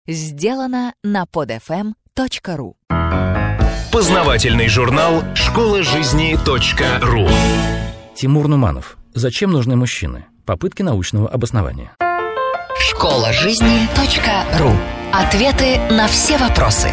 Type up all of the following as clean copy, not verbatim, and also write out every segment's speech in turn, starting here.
Сделано на podfm.ru. Познавательный журнал «Школа жизни.ру». Тимур Нуманов. Зачем нужны мужчины? Попытки научного обоснования. Школа жизни.ру. Ответы на все вопросы.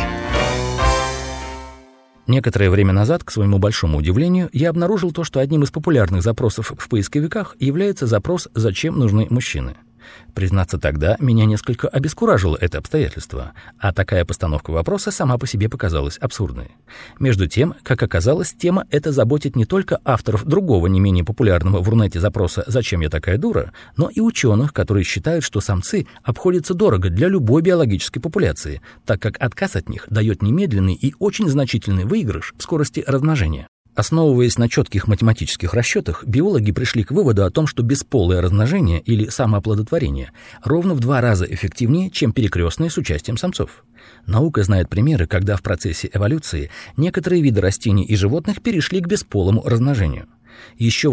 Некоторое время назад, к своему большому удивлению, я обнаружил то, что одним из популярных запросов в поисковиках является запрос «Зачем нужны мужчины?». Признаться, тогда меня несколько обескуражило это обстоятельство, а такая постановка вопроса сама по себе показалась абсурдной. Между тем, как оказалось, тема эта заботит не только авторов другого не менее популярного в Рунете запроса «Зачем я такая дура?», но и ученых, которые считают, что самцы обходятся дорого для любой биологической популяции, так как отказ от них дает немедленный и очень значительный выигрыш в скорости размножения. Основываясь на четких математических расчетах, биологи пришли к выводу о том, что бесполое размножение или самооплодотворение ровно в 2 раза эффективнее, чем перекрестное с участием самцов. Наука знает примеры, когда в процессе эволюции некоторые виды растений и животных перешли к бесполому размножению. Еще в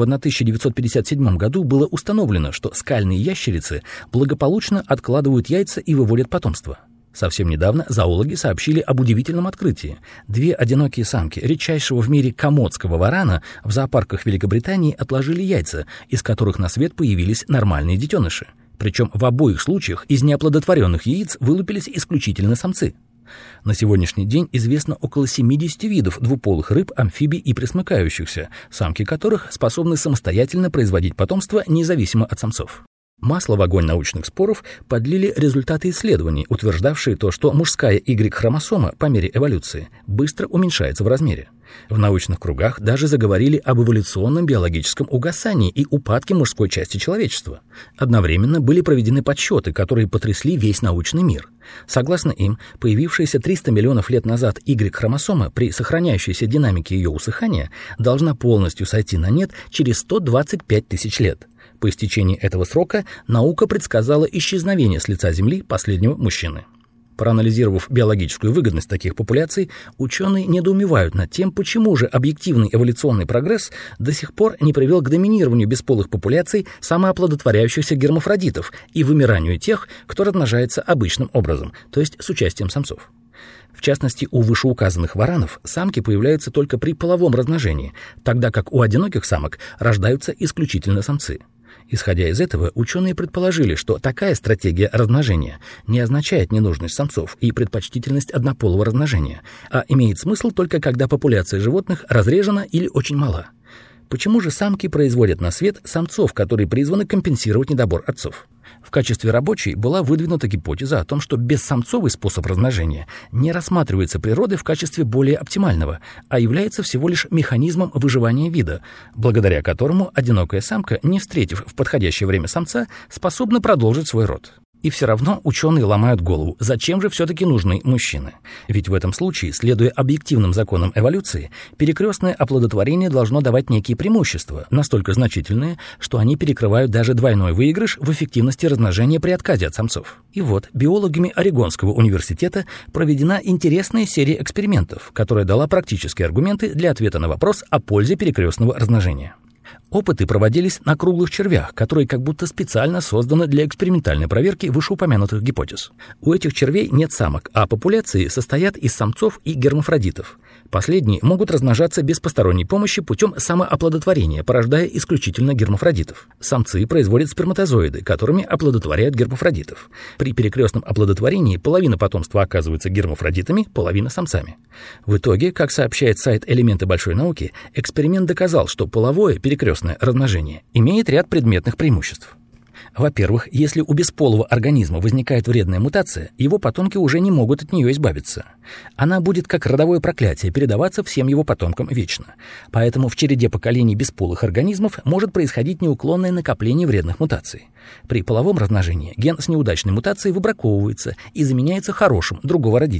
1957 году было установлено, что скальные ящерицы благополучно откладывают яйца и выводят потомство. Совсем недавно зоологи сообщили об удивительном открытии. 2 одинокие самки редчайшего в мире комодского варана в зоопарках Великобритании отложили яйца, из которых на свет появились нормальные детеныши. Причем в обоих случаях из неоплодотворенных яиц вылупились исключительно самцы. На сегодняшний день известно около 70 видов двуполых рыб, амфибий и пресмыкающихся, самки которых способны самостоятельно производить потомство независимо от самцов. Масло в огонь научных споров подлили результаты исследований, утверждавшие то, что мужская Y-хромосома по мере эволюции быстро уменьшается в размере. В научных кругах даже заговорили об эволюционном биологическом угасании и упадке мужской части человечества. Одновременно были проведены подсчеты, которые потрясли весь научный мир. Согласно им, появившаяся 300 миллионов лет назад Y-хромосома при сохраняющейся динамике ее усыхания должна полностью сойти на нет через 125 тысяч лет. По истечении этого срока наука предсказала исчезновение с лица Земли последнего мужчины. Проанализировав биологическую выгодность таких популяций, ученые недоумевают над тем, почему же объективный эволюционный прогресс до сих пор не привел к доминированию бесполых популяций самооплодотворяющихся гермафродитов и вымиранию тех, кто размножается обычным образом, то есть с участием самцов. В частности, у вышеуказанных варанов самки появляются только при половом размножении, тогда как у одиноких самок рождаются исключительно самцы. Исходя из этого, ученые предположили, что такая стратегия размножения не означает ненужность самцов и предпочтительность однополого размножения, а имеет смысл только когда популяция животных разрежена или очень мала. Почему же самки производят на свет самцов, которые призваны компенсировать недобор отцов? В качестве рабочей была выдвинута гипотеза о том, что бессамцовый способ размножения не рассматривается природой в качестве более оптимального, а является всего лишь механизмом выживания вида, благодаря которому одинокая самка, не встретив в подходящее время самца, способна продолжить свой род. И все равно ученые ломают голову, зачем же все-таки нужны мужчины? Ведь в этом случае, следуя объективным законам эволюции, перекрестное оплодотворение должно давать некие преимущества, настолько значительные, что они перекрывают даже двойной выигрыш в эффективности размножения при отказе от самцов. И вот биологами Орегонского университета проведена интересная серия экспериментов, которая дала практические аргументы для ответа на вопрос о пользе перекрестного размножения. Опыты проводились на круглых червях, которые как будто специально созданы для экспериментальной проверки вышеупомянутых гипотез. У этих червей нет самок, а популяции состоят из самцов и гермафродитов. Последние могут размножаться без посторонней помощи путем самооплодотворения, порождая исключительно гермафродитов. Самцы производят сперматозоиды, которыми оплодотворяют гермафродитов. При перекрестном оплодотворении половина потомства оказывается гермафродитами, половина самцами. В итоге, как сообщает сайт «Элементы большой науки», эксперимент доказал, что половое перекрестное размножение имеет ряд предметных преимуществ. Во-первых, если у бесполого организма возникает вредная мутация, его потомки уже не могут от нее избавиться. Она будет как родовое проклятие передаваться всем его потомкам вечно. Поэтому в череде поколений бесполых организмов может происходить неуклонное накопление вредных мутаций. При половом размножении ген с неудачной мутацией выбраковывается и заменяется хорошим другого родителя.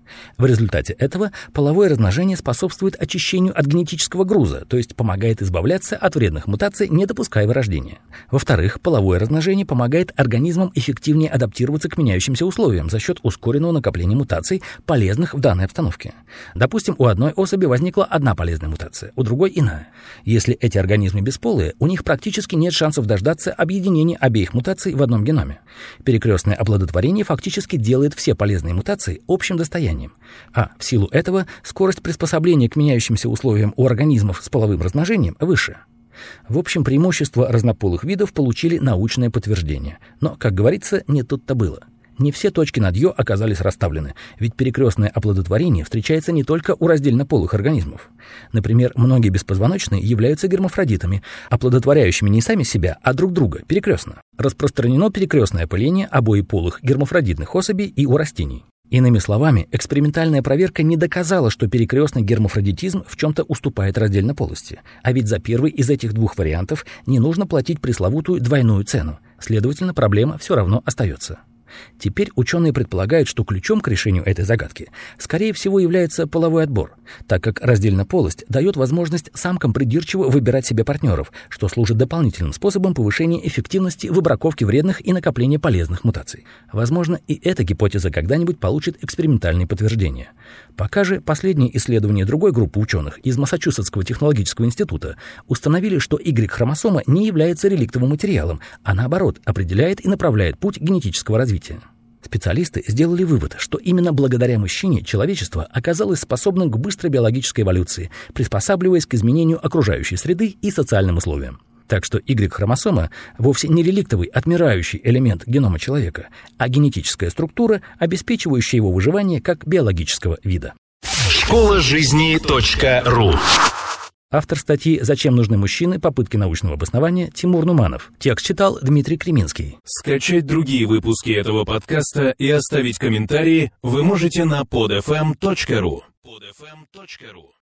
В результате этого половое размножение способствует очищению от генетического груза, то есть помогает избавляться от вредных мутаций, не допуская вырождения. Во-вторых, половое размножение помогает организмам эффективнее адаптироваться к меняющимся условиям за счет ускоренного накопления мутаций, полезных в данной обстановке. Допустим, у одной особи возникла одна полезная мутация, у другой иная. Если эти организмы бесполые, у них практически нет шансов дождаться объединения обеих мутаций в одном геноме. Перекрестное оплодотворение фактически делает все полезные мутации общим достоянием, а в силу этого скорость приспособления к меняющимся условиям у организмов с половым размножением выше. В общем, преимущества разнополых видов получили научное подтверждение, но, как говорится, не тут-то было. Не все точки над «ё» оказались расставлены, ведь перекрестное оплодотворение встречается не только у раздельнополых организмов. Например, многие беспозвоночные являются гермафродитами, оплодотворяющими не сами себя, а друг друга, перекрестно. Распространено перекрестное опыление обоеполых гермафродитных особей и у растений. Иными словами, экспериментальная проверка не доказала, что перекрестный гермафродитизм в чем-то уступает раздельнополости. А ведь за первый из этих двух вариантов не нужно платить пресловутую двойную цену. Следовательно, проблема все равно остается. Теперь ученые предполагают, что ключом к решению этой загадки, скорее всего, является половой отбор, так как раздельнополость дает возможность самкам придирчиво выбирать себе партнеров, что служит дополнительным способом повышения эффективности выбраковки вредных и накопления полезных мутаций. Возможно, и эта гипотеза когда-нибудь получит экспериментальные подтверждения. Пока же последние исследования другой группы ученых из Массачусетского технологического института установили, что Y-хромосома не является реликтовым материалом, а наоборот определяет и направляет путь генетического развития. Специалисты сделали вывод, что именно благодаря мужчине человечество оказалось способным к быстрой биологической эволюции, приспосабливаясь к изменению окружающей среды и социальным условиям. Так что Y-хромосома вовсе не реликтовый, отмирающий элемент генома человека, а генетическая структура, обеспечивающая его выживание как биологического вида. Школа жизни.ру. Автор статьи «Зачем нужны мужчины? Попытки научного обоснования» Тимур Нуманов. Текст читал Дмитрий Креминский. Скачать другие выпуски этого подкаста и оставить комментарии вы можете на podfm.ru.